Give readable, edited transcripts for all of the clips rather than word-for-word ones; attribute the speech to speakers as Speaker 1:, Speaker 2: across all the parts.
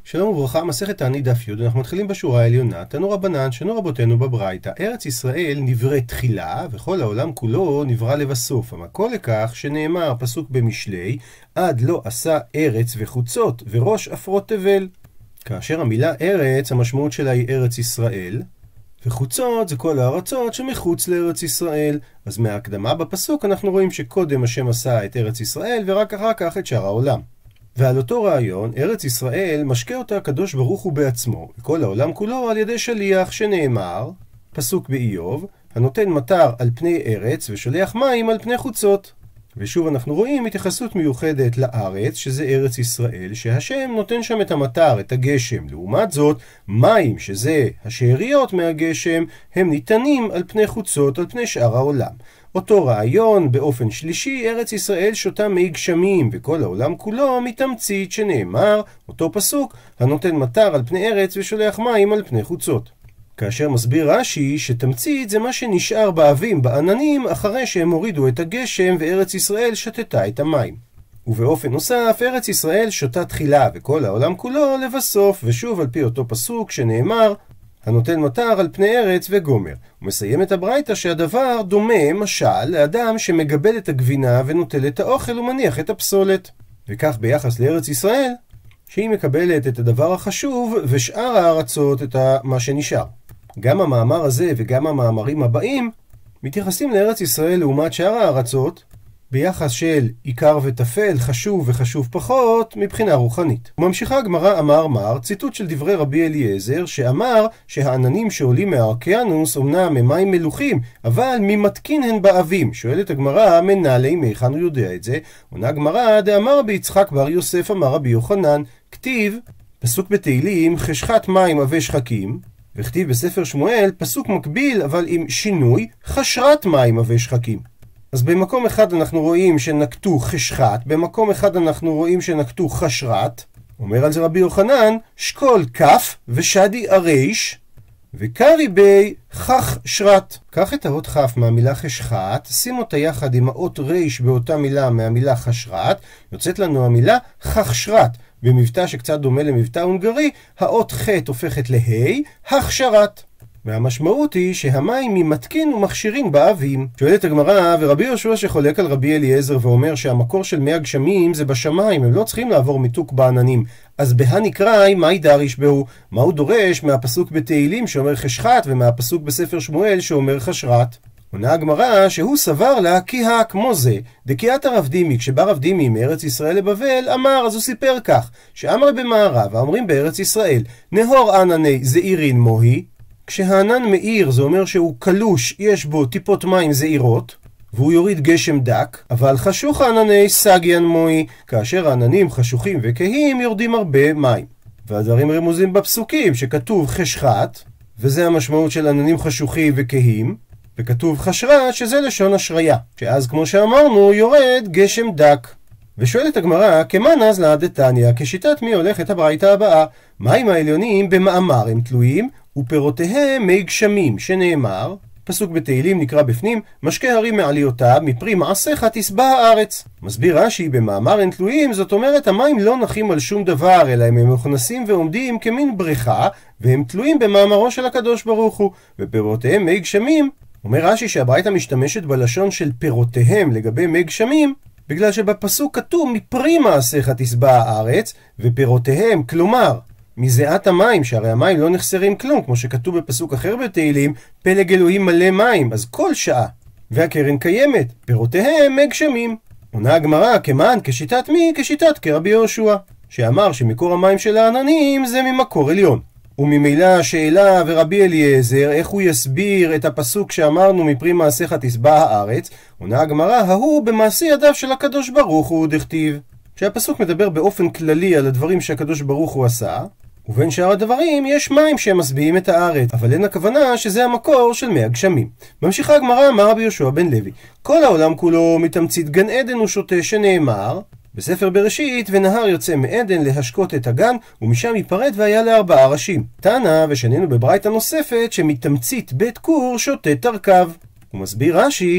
Speaker 1: שלום וברכה, מסכת תענית דף י'. אנחנו מתחילים בשורה העליונה. תנו רבנן, שנו רבותינו בברייתא, ארץ ישראל נברא תחילה, וכל העולם כולו נברא לבסוף. המקור לכך שנאמר פסוק במשלי, עד לא עשה ארץ וחוצות, וראש אפרות תבל. כאשר המילה ארץ, המשמעות שלה היא ארץ ישראל, וחוצות זה כל הארצות שמחוץ לארץ ישראל. אז מההקדמה בפסוק אנחנו רואים שקודם השם עשה את ארץ ישראל, ורק אחר כך את שאר העולם. ועל אותו רעיון, ארץ ישראל משקה אותה הקדוש ברוך הוא בעצמו, וכל העולם כולו על ידי שליח, שנאמר, פסוק באיוב, הנותן מטר על פני ארץ ושולח מים על פני חוצות. ושוב אנחנו רואים התייחסות מיוחדת לארץ, שזה ארץ ישראל, שהשם נותן שם את המטר, את הגשם. לעומת זאת, מים, שזה השאריות מהגשם, הם ניתנים על פני חוצות, על פני שאר העולם. אותו רעיון, באופן שלישי, ארץ ישראל שותה מי גשמים, וכל העולם כולו מתמצית, שנאמר, אותו פסוק, הנותן מטר על פני ארץ ושולח מים על פני חוצות. כאשר מסביר רש"י שתמצית זה מה שנשאר באבים, בעננים, אחרי שהם הורידו את הגשם וארץ ישראל שתתה את המים. ובאופן נוסף, ארץ ישראל שותה תחילה וכל העולם כולו לבסוף, ושוב על פי אותו פסוק שנאמר, הנותן מטר על פני ארץ וגומר. הוא מסיים את הברייתא שהדבר דומה משל לאדם שמגבל את הגבינה ונוטל את האוכל ומניח את הפסולת. וכך ביחס לארץ ישראל, שהיא מקבלת את הדבר החשוב ושאר הארצות את מה שנשאר. גם המאמר הזה וגם המאמרים הבאים מתייחסים לארץ ישראל לעומת שאר הארצות ביחס של עיקר וטפל, חשוב וחשוב פחות מבחינה רוחנית. ממשיכה הגמרא אמר מר, ציטוט של דברי רבי אליעזר, שאמר שהעננים שעולים מהאוקיינוס אומנם הם מים מלוכים, אבל ממתקין הן באבים. שואלת הגמרא, מנהלי מהיכן הוא יודע את זה? עונה הגמרא, דאמר ביצחק בר יוסף אמר רבי יוחנן, כתיב, פסוק בתהילים, חשכת מים עבי שחקים, וכתיב בספר שמואל, פסוק מקביל אבל עם שינוי, חשרת מים עבי שחקים. אז במקום אחד אנחנו רואים שנקטו חשכת, במקום אחד אנחנו רואים שנקטו חשרת. אומר על זה רבי יוחנן, שקול כף ושדי אריש וקרי בי חך שרת. קח את האות כף מהמילה חשכת, שים אותה יחד עם האות ריש באותה מילה מהמילה חשרת, יוצאת לנו המילה חך שרת. במבטא שקצת דומה למבטא הונגרי, האות ח' הופכת להי, הכשרת. והמשמעות היא שהמים ממתקין ומכשירים באבים. שואלת הגמרא, ורבי יהושע שחולק על רבי אליעזר ואומר שהמקור של מי הגשמים זה בשמיים, הם לא צריכים לעבור מיתוק בעננים. אז בה נקראי, מהי דריש בהו? מה הוא דורש מהפסוק בתהילים שאומר חשכת ומהפסוק בספר שמואל שאומר חשרת? עונה הגמרא שהוא סבר לה כי כמו זה, דקיית הרב דימי, כשבא רב דימי מארץ ישראל לבבל, אמר, אז הוא סיפר כך, שאמר במערב, האומרים בארץ ישראל, נהור ענני זעירין מוהי, כשהענן מאיר זה אומר שהוא קלוש, יש בו טיפות מים זעירות, והוא יוריד גשם דק, אבל חשוך הענני סגיין מוהי, כאשר העננים חשוכים וכהים יורדים הרבה מים. והדברים רמוזים בפסוקים שכתוב חשכת, וזה המשמעות של עננים חשוכים וכהים, וכתוב חשרת שזה לשון השריה, שאז כמו שאמרנו יורד גשם דק. ושואלת הגמרא, כמן אז לעדתניא, כשיטת מי הולכת הברייתא הבאה? מים העליונים במאמר הם תלויים, ופירותיהם מי גשמים, שנאמר, פסוק בתהילים נקרא בפנים, משקה הרים מעליותיו, מפרי מעשיך תשבע הארץ. מסביר רש"י, במאמר הם תלויים, זאת אומרת המים לא נחים על שום דבר, אלא הם מכונסים ועומדים כמין בריכה, והם תלויים במאמרו של הקדוש ברוך הוא, ופירותיהם מי גשמים. אומר רש"י שהברייתא משתמשת בלשון של פירותיהם לגבי מי גשמים, בגלל שבפסוק כתוב מפרי מעשיך תשבע הארץ, ופירותיהם, כלומר, מזיעת המים, שהרי המים לא נחסרים כלום, כמו שכתוב בפסוק אחר בתהילים, פלג אלוהים מלא מים, אז כל שעה, והקרן קיימת, פירותיהם מי גשמים. עונה הגמרא, כמן, כשיטת מי? כשיטת כרבי יהושע, שאמר שמקור המים של העננים זה ממקור עליון. וממילא השאלה ורבי אליעזר, איך הוא יסביר את הפסוק שאמרנו מפרי מעשיך תשבע הארץ? עונה הגמרא, ההוא במעשי ידיו של הקדוש ברוך הוא דכתיב. שהפסוק מדבר באופן כללי על הדברים שהקדוש ברוך הוא עשה, ובין שאר הדברים יש מים שהם משביעים את הארץ, אבל אין הכוונה שזה המקור של מי הגשמים. ממשיכה הגמרא, אמר רבי יהושע בן לוי, כל העולם כולו מתמצית גן עדן הוא שותה, שנאמר בספר בראשית, ונהר יוצא מעדן להשקות את הגן, ומשם ייפרד והיה ל4 ראשים. תנא, ושנינו בברייתא נוספת, שמתמצית בית כור שותה תרכב. הוא מסביר רש"י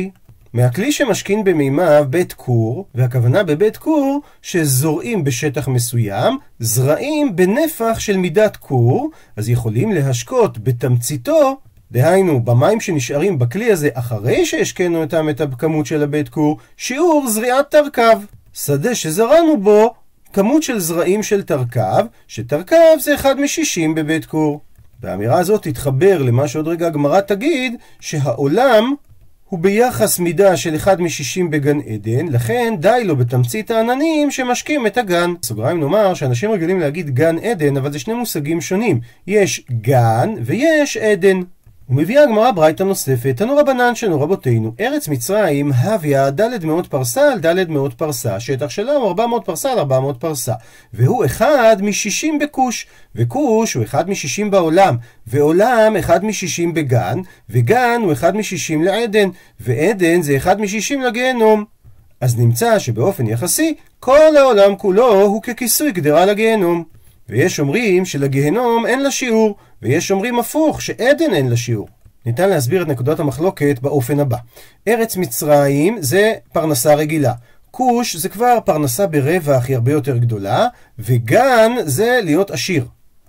Speaker 1: מהכלי שמשכין במימיו בית כור, והכוונה בבית כור שזורעים בשטח מסוים, זרעים בנפח של מידת כור, אז יכולים להשקות בתמציתו, דהיינו במים שנשארים בכלי הזה אחרי שהשקנו אותם את הכמות של הבית כור, שיעור זריעת תרכב. שדה שזרענו בו כמות של זרעים של תרכב, שתרכב זה 1/60 בבית כור. והאמירה הזאת תתחבר למה שעוד רגע הגמרא תגיד, שהעולם הוא ביחס מידה של 1/60 בגן עדן, לכן די לו בתמצית העננים שמשקים את הגן. סוגריים נאמר שאנשים רגילים להגיד גן עדן, אבל זה שני מושגים שונים. יש גן ויש עדן. ומביאה הגמרא ברייתא נוספת, תנו רבנן שנו רבותינו, ארץ מצרים הוויה 400 פרסה על 400 פרסה, שטח שלה הוא 400 פרסה על 400 פרסה, והוא 1/60 בכוש, וכוש הוא 1/60 בעולם, ועולם 1/60 בגן, וגן הוא 1/60 לעדן, ועדן זה 1/60 לגיהנום. אז נמצא שבאופן יחסי כל העולם כולו הוא ככיסוי גדרה לגיהנום. ויש אומרים שלגיהנום אין לה שיעור, ויש אומרים הפוך, שעדן אין לה שיעור. ניתן להסביר את נקודת המחלוקת באופן הבא. ארץ מצרים זה פרנסה רגילה. כוש זה כבר פרנסה ברווח, היא הרבה יותר גדולה, וגן זה להיות עשיר.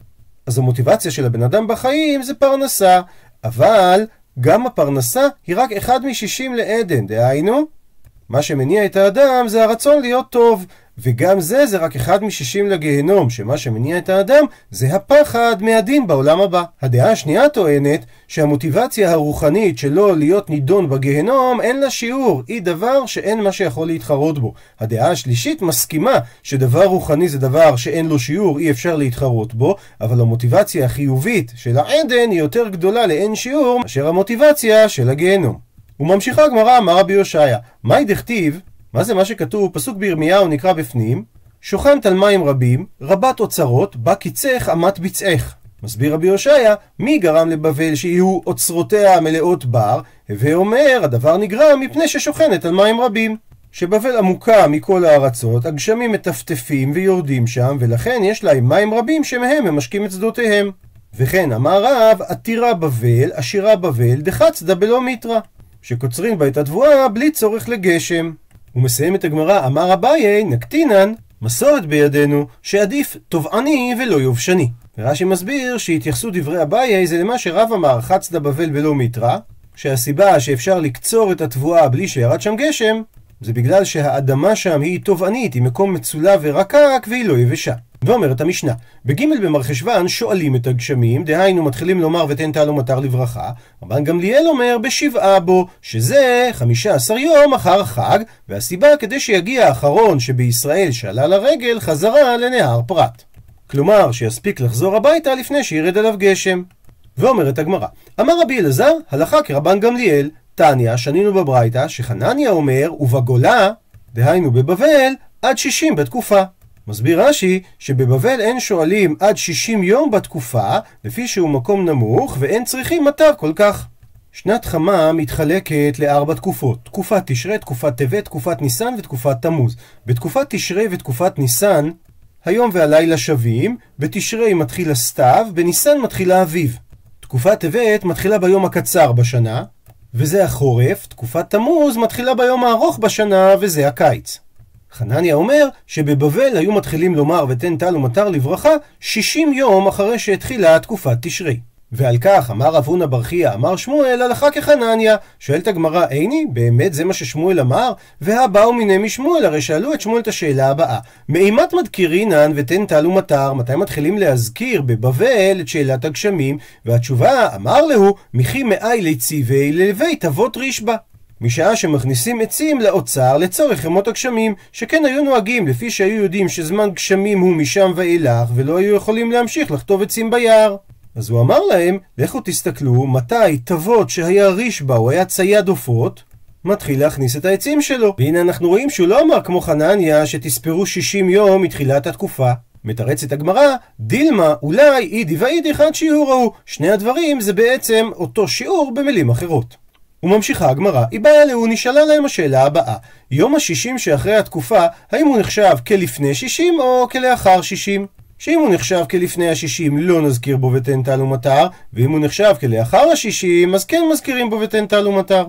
Speaker 1: אז המוטיבציה של הבן אדם בחיים זה פרנסה, אבל גם הפרנסה היא רק 1/60 לעדן, דהיינו, מה שמניע את האדם זה הרצון להיות טוב, וגם זה רק 1/60 לגיהנום, שמה שמניע את האדם זה הפחד מהדין בעולם הבא. הדעה השנייה טוענת שהמוטיבציה הרוחנית שלו להיות נידון בגיהנום אין לה שיעור, היא דבר שאין מה שיכול להתחרות בו. הדעה השלישית מסכימה שדבר רוחני זה דבר שאין לו שיעור, אי אפשר להתחרות בו, אבל המוטיבציה החיובית של העדן היא יותר גדולה לאין שיעור מאשר המוטיבציה של הגיהנום. וממשיכה הגמרא, אמר רבי הושעיה, מהי דכתיב? מה זה מה שכתוב? פסוק בירמיהו נקרא בפנים, שוכנת על מים רבים, רבת אוצרות, בה קיצך אמת ביצעך. מסביר רבי הושעיה, מי גרם לבבל שיהיו אוצרותיה מלאות בר? ואומר, הדבר נגרם מפני ששוכנת על מים רבים. שבבל עמוקה מכל הארצות, הגשמים מטפטפים ויורדים שם, ולכן יש להם מים רבים שמהם הם משקים את שדותיהם. וכן אמר רב, עתירה בבל, עשירה בבל, דחצדה בלא מיתרא, שקוצרים בה את התבואה בלי צורך לגשם. הוא מסיים את הגמרא, אמר אביי, נקטינן, מסורת בידינו, שעדיף טובעני ולא יובשני. ורש"י מסביר שהתייחסות דברי אביי זה למה שרב אמר, חצדה בבל בלא מיתרא, שהסיבה שאפשר לקצור את התבואה בלי שירד שם גשם, זה בגלל שהאדמה שם היא טובענית, היא מקום מצולע ורקק והיא לא יבשה. ואומרת המשנה, בג' במרחשוון שואלים את הגשמים, דהיינו מתחילים לומר ותן טל ומטר לברכה. רבן גמליאל אומר בשבעה בו, שזה 15 יום אחר חג, והסיבה כדי שיגיע האחרון שבישראל שעלה לרגל חזרה לנהר פרת. כלומר שיספיק לחזור הביתה לפני שירד עליו גשם. ואומרת הגמרא, אמר רבי אלעזר, הלכה כרבן גמליאל, תניא, שנינו בברייתא, שחנניה אומר, ובגולה, דהיינו בבבל, עד 60 בתקופה. מסביר רש"י שבבבל אין שואלים עד 60 יום בתקופה, לפי שהוא מקום נמוך ואין צריכים מטר כל כך. שנת חמה מתחלקת ל4 תקופות, תקופת תשרי, תקופת טבת, תקופת ניסן ותקופת תמוז. בתקופת תשרי ותקופת ניסן, היום והלילה שווים, בתשרי מתחיל הסתיו, בניסן מתחיל האביב. תקופת טבת מתחילה ביום הקצר בשנה, וזה החורף, תקופת תמוז מתחילה ביום הארוך בשנה, וזה הקיץ. חנניה אומר שבבבל היו מתחילים לומר ותן טל ומטר לברכה 60 יום אחרי שהתחילה תקופת תשרי. ועל כך אמר רב הונא בר חייא אמר שמואל הלכה כחנניה. שואלת הגמרא, איני? באמת זה מה ששמואל אמר? והבאו מיני משמואל, הרי שאלו את שמואל את השאלה הבאה, מאימת מדקירינן ותן טל ומטר, מתי מתחילים להזכיר בבבל את שאלת הגשמים? והתשובה, אמר לו, מיכי מאי לציווי לבית אבות רישבא, משעה שמכניסים עצים לאוצר לצורך ימות הגשמים, שכן היו נוהגים לפי שהיו יודעים שזמן גשמים הוא משם ואילך, ולא היו יכולים להמשיך לכתוב עצים ביער. אז הוא אמר להם, לכו תסתכלו מתי תבות שהיה רישבא או היה צייד עופות, מתחיל להכניס את העצים שלו. והנה אנחנו רואים שהוא לא אמר כמו חנניה שתספרו 60 יום מתחילת התקופה. מתרצת הגמרא, דילמה אולי אידי ואידי אחד שיעור הוא. שני הדברים זה בעצם אותו שיעור במילים אחרות. וממשיכה הגמרא, היא באה לו, נשאלה להם השאלה הבאה, יום ה-60 שאחרי התקופה, האם הוא נחשב כלפני 60 או כלאחר 60? שאם הוא נחשב כלפני ה-60 לא נזכיר בו ותן טל ומטר, ואם הוא נחשב כלאחר ה-60 אז כן מזכירים בו ותן טל ומטר.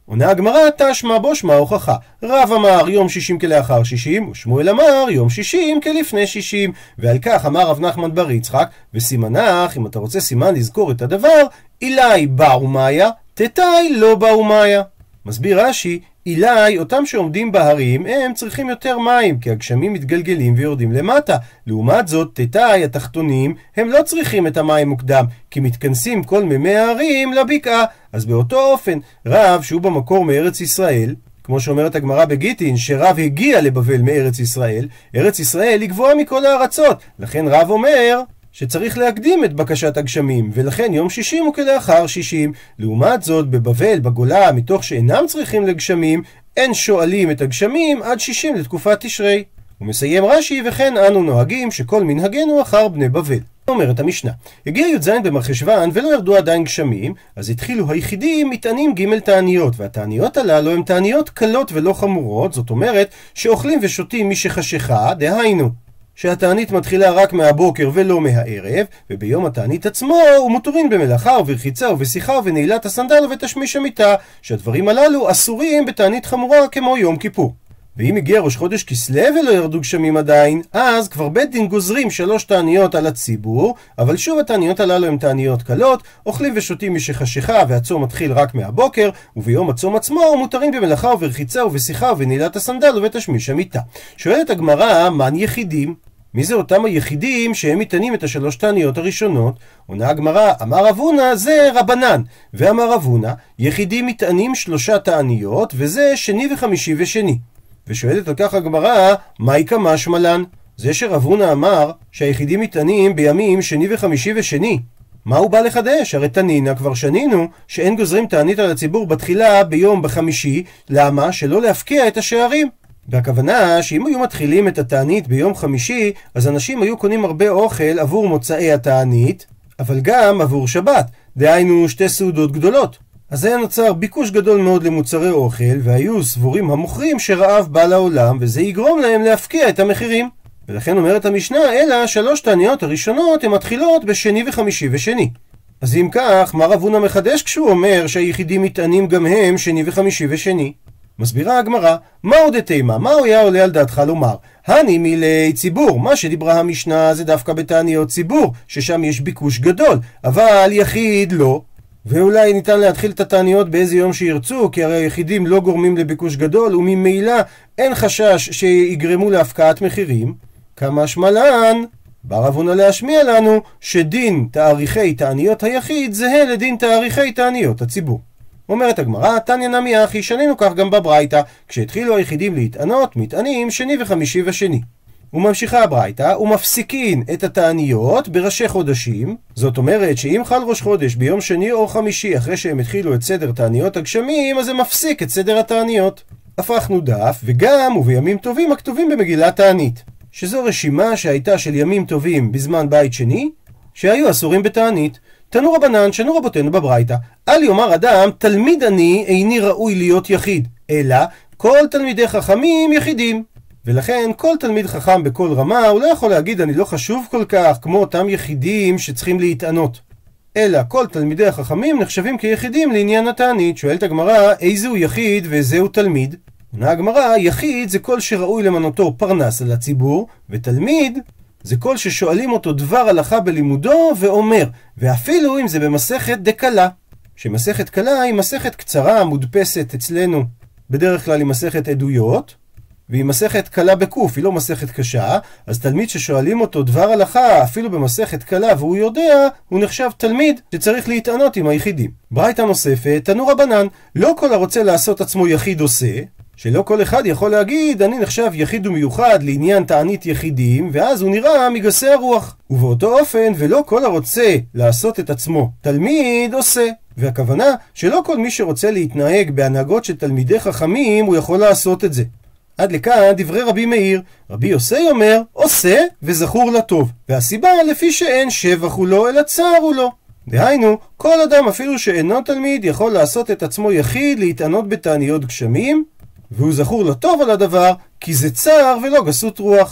Speaker 1: עונה הגמרא, תשמע בו שמע הוכחה. רב אמר יום 60 כלאחר 60, ושמואל אמר יום 60 כלפני 60. ועל כך אמר רב נחמן בר יצחק, וסימנך, אם אתה רוצה סימן לזכור את הדבר, אילי באו מאיה, תתאי לא באו מאיה. מסביר רש"י, אילי, אותם שעומדים בהרים, הם צריכים יותר מים, כי הגשמים מתגלגלים ויורדים למטה. לעומת זאת, תתאי, התחתונים, הם לא צריכים את המים מוקדם, כי מתכנסים כל מימי ההרים לבקעה. אז באותו אופן, רב שהוא במקור מארץ ישראל, כמו שאומרת הגמרא בגיטין, שרב הגיע לבבל מארץ ישראל, ארץ ישראל היא גבוהה מכל הארצות. לכן רב אומר שצריך להקדים את בקשת הגשמים, ולכן יום 60 הוא כלאחר 60. לעומת זאת, בבבל, בגולה, מתוך שאינם צריכים לגשמים, אין שואלים את הגשמים עד 60 לתקופת תשרי. הוא מסיים רש"י, וכן אנו נוהגים שכל מנהגנו אחר בני בבל. אומרת המשנה, הגיע י"ז במרחשוון ולא ירדו עדיין גשמים, אז התחילו היחידים מטענים ג' תעניות, והתעניות הללו הן תעניות קלות ולא חמורות, זאת אומרת שאוכלים ושותים משחשיכה, דהיינו שהתענית מתחילה רק מהבוקר ולא מהערב, וביום התענית עצמו הוא מותרים במלאכה וברחיצה ובשיחה ובנעילת הסנדל ובתשמיש המיטה, שהדברים הללו אסורים בתענית חמורה כמו יום כיפור. ואם הגיע ראש חודש כסלו ולא ירדו גשמים עדיין, אז כבר בית דין גוזרים 3 תעניות על הציבור, אבל שוב התעניות הללו הן תעניות קלות, אוכלים ושותים משחשיכה והצום מתחיל רק מהבוקר, וביום הצום עצמו מותרים במלאכה וברחיצה ובשיחה ובנעילת הסנדל ובתשמיש המיטה. שואלת הגמרא, מן יחידים? מי זה אותם היחידים שהם מתענים את 3 תעניות הראשונות? עונה הגמרא, אמר רב הונא זה רבנן, ואמר רב הונא יחידים מתענים 3 תעניות, וזה שני וחמישי ושני. ושואלת על כך הגמרא, מהי כמשמע לן? זה שרב הונא אמר שהיחידים מתענים בימים שני וחמישי ושני, מה הוא בא לחדש? הרי תנינה כבר שנינו שאין גוזרים תענית על הציבור בתחילה ביום בחמישי. למה? שלא להפקיע את השערים. והכוונה שאם היו מתחילים את התענית ביום חמישי, אז אנשים היו קונים הרבה אוכל עבור מוצאי התענית, אבל גם עבור שבת, דהיינו 2 סעודות גדולות. אז היה נוצר ביקוש גדול מאוד למוצרי אוכל, והיו סבורים המוכרים שרעב בא לעולם, וזה יגרום להם להפקיע את המחירים. ולכן אומרת המשנה, אלא 3 תעניות הראשונות הן מתחילות בשני וחמישי ושני. אז אם כך, מה רב הונא מחדש כשהוא אומר שהיחידים מתענים גם הם שני וחמישי ושני? מסבירה הגמרא, מה עוד התימה? מה הוא היה עולה על דעתך לומר? הני מילי ציבור, מה שדיברה המשנה זה דווקא בתעניות ציבור, ששם יש ביקוש גדול, אבל יחיד לא. ואולי ניתן להתחיל את התעניות באיזה יום שירצו, כי הרי היחידים לא גורמים לביקוש גדול, וממילא אין חשש שיגרמו להפקעת מחירים. כמשמע לן, בא רב הונא להשמיע לנו שדין תאריכי תעניות היחיד זהה לדין תאריכי תעניות הציבור. אומרת הגמרא, תניא נמי אחי, שנינו כך גם בברייתא, כשהתחילו היחידים להתענות, מתענים שני וחמישי ושני. וממשיכה הברייתא, ומפסיקין את התעניות בראשי חודשים. זאת אומרת שאם חל ראש חודש ביום שני או חמישי אחרי שהם התחילו את סדר תעניות הגשמים, אז זה מפסיק את סדר התעניות. הפכנו דף, וגם ובימים טובים הכתובים במגילת תענית, שזו רשימה שהייתה של ימים טובים בזמן בית שני, שהיו אסורים בתענית. תנו רבנן, שנו רבותינו בברייתא, אל יאמר אדם תלמיד אני איני ראוי להיות יחיד, אלא כל תלמידי חכמים יחידים. ולכן כל תלמיד חכם בכל רמה הוא לא יכול להגיד אני לא חשוב כל כך כמו אותם יחידים שצריכים להתענות, אלא כל תלמידי החכמים נחשבים כיחידים לעניין התענית. שואלת הגמרא, איזהו יחיד וזהו תלמיד? עונה הגמרא, יחיד זה כל שראוי למנותו פרנס על הציבור, ותלמיד זה כל ששואלים אותו דבר הלכה בלימודו ואומר, ואפילו אם זה במסכת דקלה, שמסכת קלה היא מסכת קצרה מודפסת אצלנו בדרך כלל היא מסכת עדויות, והיא מסכת קלה בקוף, היא לא מסכת קשה. אז תלמיד ששואלים אותו דבר הלכה אפילו במסכת קלה והוא יודע, הוא נחשב תלמיד שצריך להתענות עם היחידים. ברייתא נוספת, תנו רבנן, לא כל הרוצה לעשות עצמו יחיד עושה, שלא כל אחד יכול להגיד אני נחשב יחיד ומיוחד לעניין תענית יחידים, ואז הוא נראה מגסי הרוח. ובאותו אופן ולא כל הרוצה לעשות את עצמו תלמיד עושה, והכוונה שלא כל מי שרוצה להתנהג בהנהגות של תלמידי חכמים הוא יכול לעשות את זה. עד לכאן דברי רבי מאיר. רבי יוסי אומר עושה וזכור לטוב, והסיבה לפי שאין שבח הוא לא אלא צער הוא לא. דהיינו כל אדם אפילו שאינו תלמיד יכול לעשות את עצמו יחיד להתענות בתעניות גשמים, והוא זכור לטוב על הדבר כי זה צער ולא גסות רוח.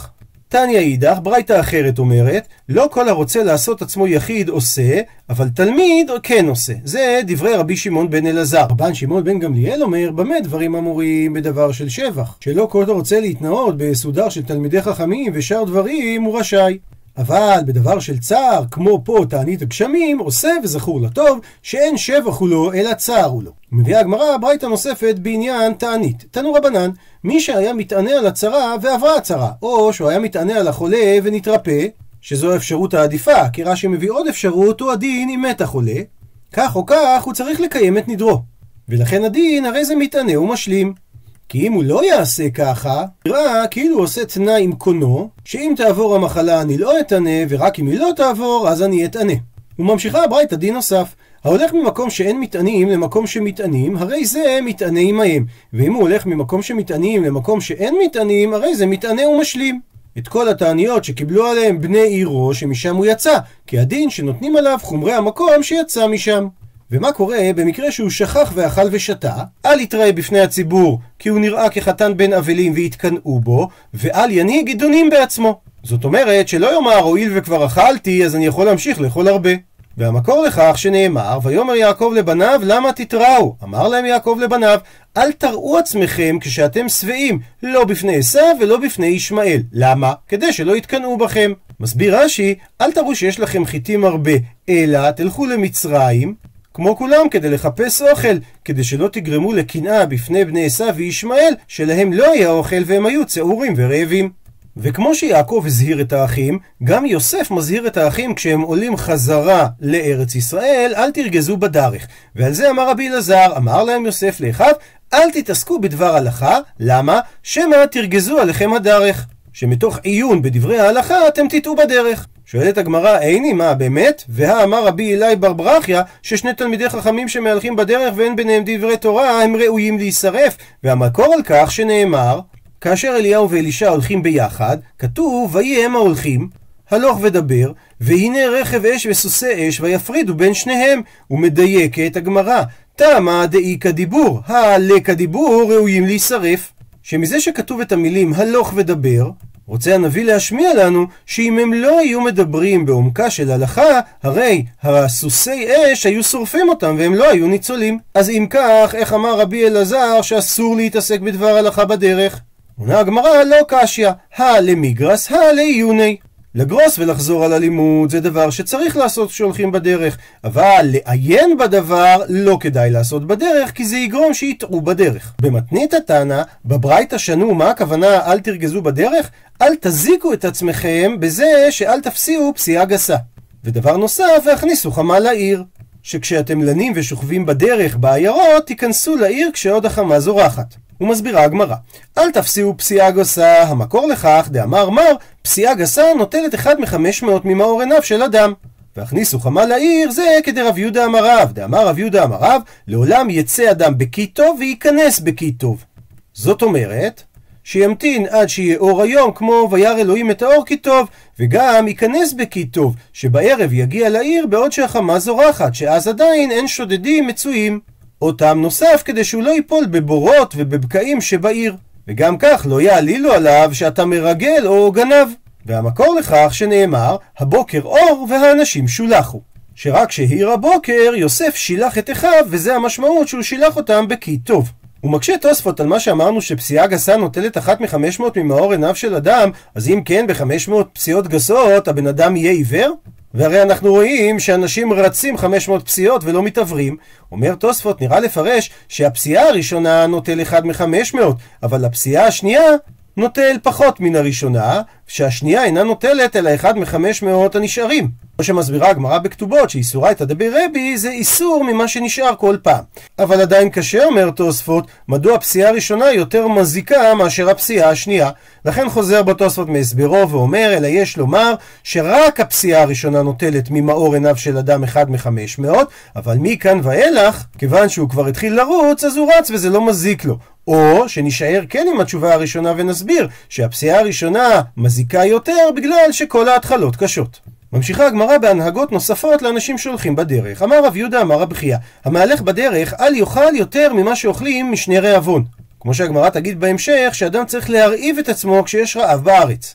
Speaker 1: תניא אידך, ברייתא אחרת אומרת, לא כל הרוצה לעשות עצמו יחיד עושה, אבל תלמיד כן עושה. זה דברי רבי שמעון בן אלעזר. רבן שמעון בן גמליאל אומר, במה דברים אמורים בדבר של שבח? שלא כל הרוצה להתנאות בסודר של תלמידי חכמים ושאר דברים הוא רשאי. אבל בדבר של צער, כמו פה תענית הגשמים, עושה וזכור לטוב, שאין שבח הוא לו, אלא צער הוא לו. מביאה הגמרא ברייתא נוספת בעניין תענית. תנו רבנן, מי שהיה מתענה על הצרה ועברה הצרה, או שהוא היה מתענה על החולה ונתרפא, שזו האפשרות העדיפה, כי רש"י מביא עוד אפשרות, הוא הדין אם מת החולה, כך או כך הוא צריך לקיים את נדרו. ולכן הדין הרי זה מתענה ומשלים. כי אם הוא לא יעשה ככה, נראה כאילו הוא עושה תנאי עם קונו, שאם תעבור המחלה אני לא אתענה, ורק אם היא לא תעבור אז אני אתענה. וממשיכה הברייתא דין נוסף, ההולך ממקום שאין מתענים למקום שמתענים, הרי זה מתענה עמהם. ואם הוא הולך ממקום שמתענים למקום שאין מתענים, הרי זה מתענה ומשלים. את כל התעניות שקיבלו עליהם בני עירו שמשם הוא יצא, כי הדין שנותנים עליו חומרי המקום שיצא משם. ומה קורה במקרה שהוא שכח ואכל ושתה? אל יתראה בפני הציבור כי הוא נראה כחתן בן אבלים והתקנאו בו, ואל ינהיג עידונים בעצמו. זאת אומרת שלא יאמר הואיל וכבר אכלתי אז אני יכול להמשיך לאכול הרבה. והמקור לכך שנאמר, ויאמר יעקב לבניו למה תתראו? אמר להם יעקב לבניו, אל תראו עצמכם כשאתם שבעים, לא בפני עשיו ולא בפני ישמעאל. למה? כדי שלא יתקנאו בכם. מסביר רש"י, אל תראו שיש לכם חיטים הרבה, אלא תלכו למצרים כמו כולם כדי לחפש אוכל, כדי שלא תגרמו לקנאה בפני בני עשיו וישמעאל, שלהם לא היה אוכל והם היו צעורים ורעבים. וכמו שיעקב הזהיר את האחים, גם יוסף מזהיר את האחים כשהם עולים חזרה לארץ ישראל, אל תרגזו בדרך. ועל זה אמר רבי אלעזר, אמר להם יוסף לאחיו, אל תתעסקו בדבר הלכה, למה? שמא תרגזו עליכם הדרך. שמתוך עיון בדברי ההלכה אתם תטעו בדרך. שואלת הגמרא, איני מה באמת? והאמר רבי אלי בר ברכיה ששני תלמידי חכמים שמהלכים בדרך ואין ביניהם דברי תורה הם ראויים להישרף. והמקור על כך שנאמר, כאשר אליהו ואלישע הולכים ביחד, כתוב ויהי הם ההולכים הלוך ודבר, והנה רכב אש וסוסי אש ויפרידו בין שניהם. ומדייקת הגמרא, תמה דאי כדיבור, הלא כדיבור ראויים להישרף. שמזה שכתוב את המילים הלוך ודבר, רוצה הנביא להשמיע לנו שאם הם לא היו מדברים בעומקה של הלכה, הרי הסוסי אש היו שורפים אותם והם לא היו ניצולים. אז אם כך, איך אמר רבי אלעזר שאסור להתעסק בדבר הלכה בדרך? עונה הגמרא, לא קשיא, למגרס, לעיוני. לגרוס ולחזור על הלימוד זה דבר שצריך לעשות כשהולכים בדרך, אבל לעיין בדבר לא כדאי לעשות בדרך, כי זה יגרום שיטעו בדרך. במתנית התנא, בברייתא שנו, מה הכוונה אל תרגזו בדרך? אל תזיקו את עצמכם בזה שאל תפסיעו פסיעה גסה. ודבר נוסף, והכניסו חמה לעיר, שכשאתם לנים ושוכבים בדרך בעיירות, תיכנסו לעיר כשעוד החמה זורחת. ומסבירה הגמרא, אל תפסיעו פסיעה גסה, המקור לכך דאמר מר, פסיעה גסה נוטלת 1/500 ממאור עיניו של אדם. והכניסו חמה לעיר, זה כדי רב יהודה אמר רב, דאמר רב יהודה אמר רב, לעולם יצא אדם בקי טוב וייכנס בקי טוב. זאת אומרת, שימתין עד שיהיה אור היום, כמו וירא אלוהים את האור כי טוב, וגם ייכנס בקי טוב, שבערב יגיע לעיר בעוד שהחמה זורחת, שאז עדיין אין שודדים מצויים. או טעם נוסף כדי שהוא לא ייפול בבורות ובבקעים שבעיר, וגם כך לא יעלילו עליו שאתה מרגל או גנב. והמקור לכך שנאמר הבוקר אור והאנשים שולחו, שרק שהאיר הבוקר יוסף שילח את אחיו, וזה המשמעות שהוא שילח אותם בקי טוב. הוא מקשה תוספות על מה שאמרנו שפסיעה גסה נוטלת 1/500 ממאור עיניו של אדם, אז אם כן ב500 פסיעות גסות הבן אדם יהיה עיוור? והרי אנחנו רואים שאנשים רצים 500 פסיעות ולא מתעברים. אומר תוספות, נראה לפרש שהפסיעה הראשונה נוטל 1/500, אבל הפסיעה השנייה נוטל פחות מן הראשונה, שהשנייה אינה נוטלת אלא 1/500 הנשארים. כמו שמסבירה הגמרא בכתובות שאיסורה את הדבר רבי זה איסור ממה שנשאר כל פעם. אבל עדיין קשה, אומר תוספות, מדוע הפסיעה הראשונה יותר מזיקה מאשר הפסיעה השנייה. לכן חוזר בתוספות מהסברו ואומר, אלא יש לומר שרק הפסיעה הראשונה נוטלת ממאור עיניו של אדם 1/500, אבל מכאן ואילך, כיוון שהוא כבר התחיל לרוץ, אז הוא רץ וזה לא מזיק לו. או שנשאר כן עם התשובה הראשונה ונסביר שהפסיעה הראשונה מזיקה יותר בגלל שכל ההתחלות קשות. ממשיכה הגמרא בהנהגות נוספות לאנשים שהולכים בדרך. אמר רב יהודה אמר רב חייא, המהלך בדרך אל יאכל יותר ממה שאוכלים משני רעבון. כמו שהגמרא תגיד בהמשך שאדם צריך להרעיב את עצמו כשיש רעב בארץ.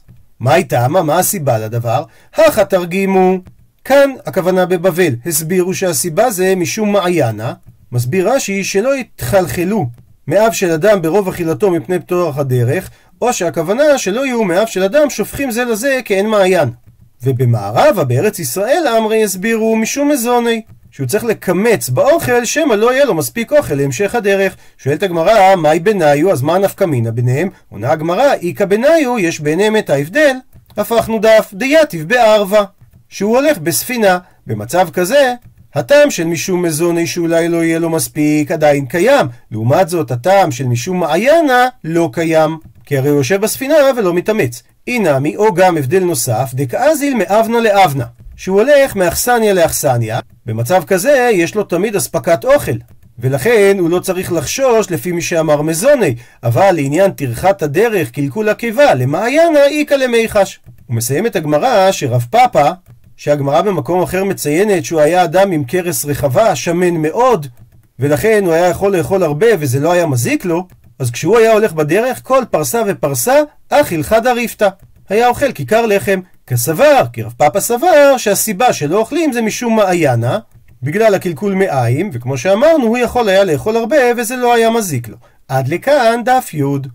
Speaker 1: מה הייתה? מה הסיבה לדבר? הכה תרגימו. כאן הכוונה בבבל. הסבירו שהסיבה זה משום מעיינה. מסביר רש"י שלא יתחלחלו מאב של אדם ברוב אכילתו מפני פתוח הדרך, או שהכוונה שלא יהיו מאב של אדם שופכים זה לזה כאין מעיין. ובמערבה בארץ ישראל אמרי הסבירו משום מזוני, שהוא צריך לקמץ באוכל שמא לא יהיה לו מספיק אוכל להמשך הדרך. שואלת הגמרא, מהי ביניו? אז מה נפקא מינה ביניהם? עונה הגמרא, איכא ביניו, יש ביניהם את ההבדל. הפכנו דף דייתיב בערבה, שהוא הולך בספינה. במצב כזה הטעם של משום מזוני שאולי לא יהיה לו מספיק עדיין קיים, לעומת זאת הטעם של משום מעיינה לא קיים, כי הרי הוא יושב בספינה ולא מתאמץ. אינמי, או גם הבדל נוסף, דקאזיל מאבנה לאבנה, שהוא הולך מאכסניה לאכסניה. במצב כזה יש לו תמיד אספקת אוכל, ולכן הוא לא צריך לחשוש לפי מי שאמר מזוני, אבל לעניין טרחת הדרך קלקול הקיבה למעיינה איכא למיחש. הוא מסיים את הגמרא שרב פאפא, שהגמרא במקום אחר מציינת שהוא היה אדם עם קרס רחבה, שמן מאוד, ולכן הוא היה יכול לאכול הרבה וזה לא היה מזיק לו, אז כשהוא היה הולך בדרך כל פרסה ופרסה אכיל חדא ריפתא, היה אוכל כיכר לחם. כסבר, כי רב פאפא סבר שהסיבה שלא אוכלים זה משום מעיינה, בגלל הקלקול מעיים, וכמו שאמרנו הוא יכול היה לאכול הרבה וזה לא היה מזיק לו. עד לכאן דף י'.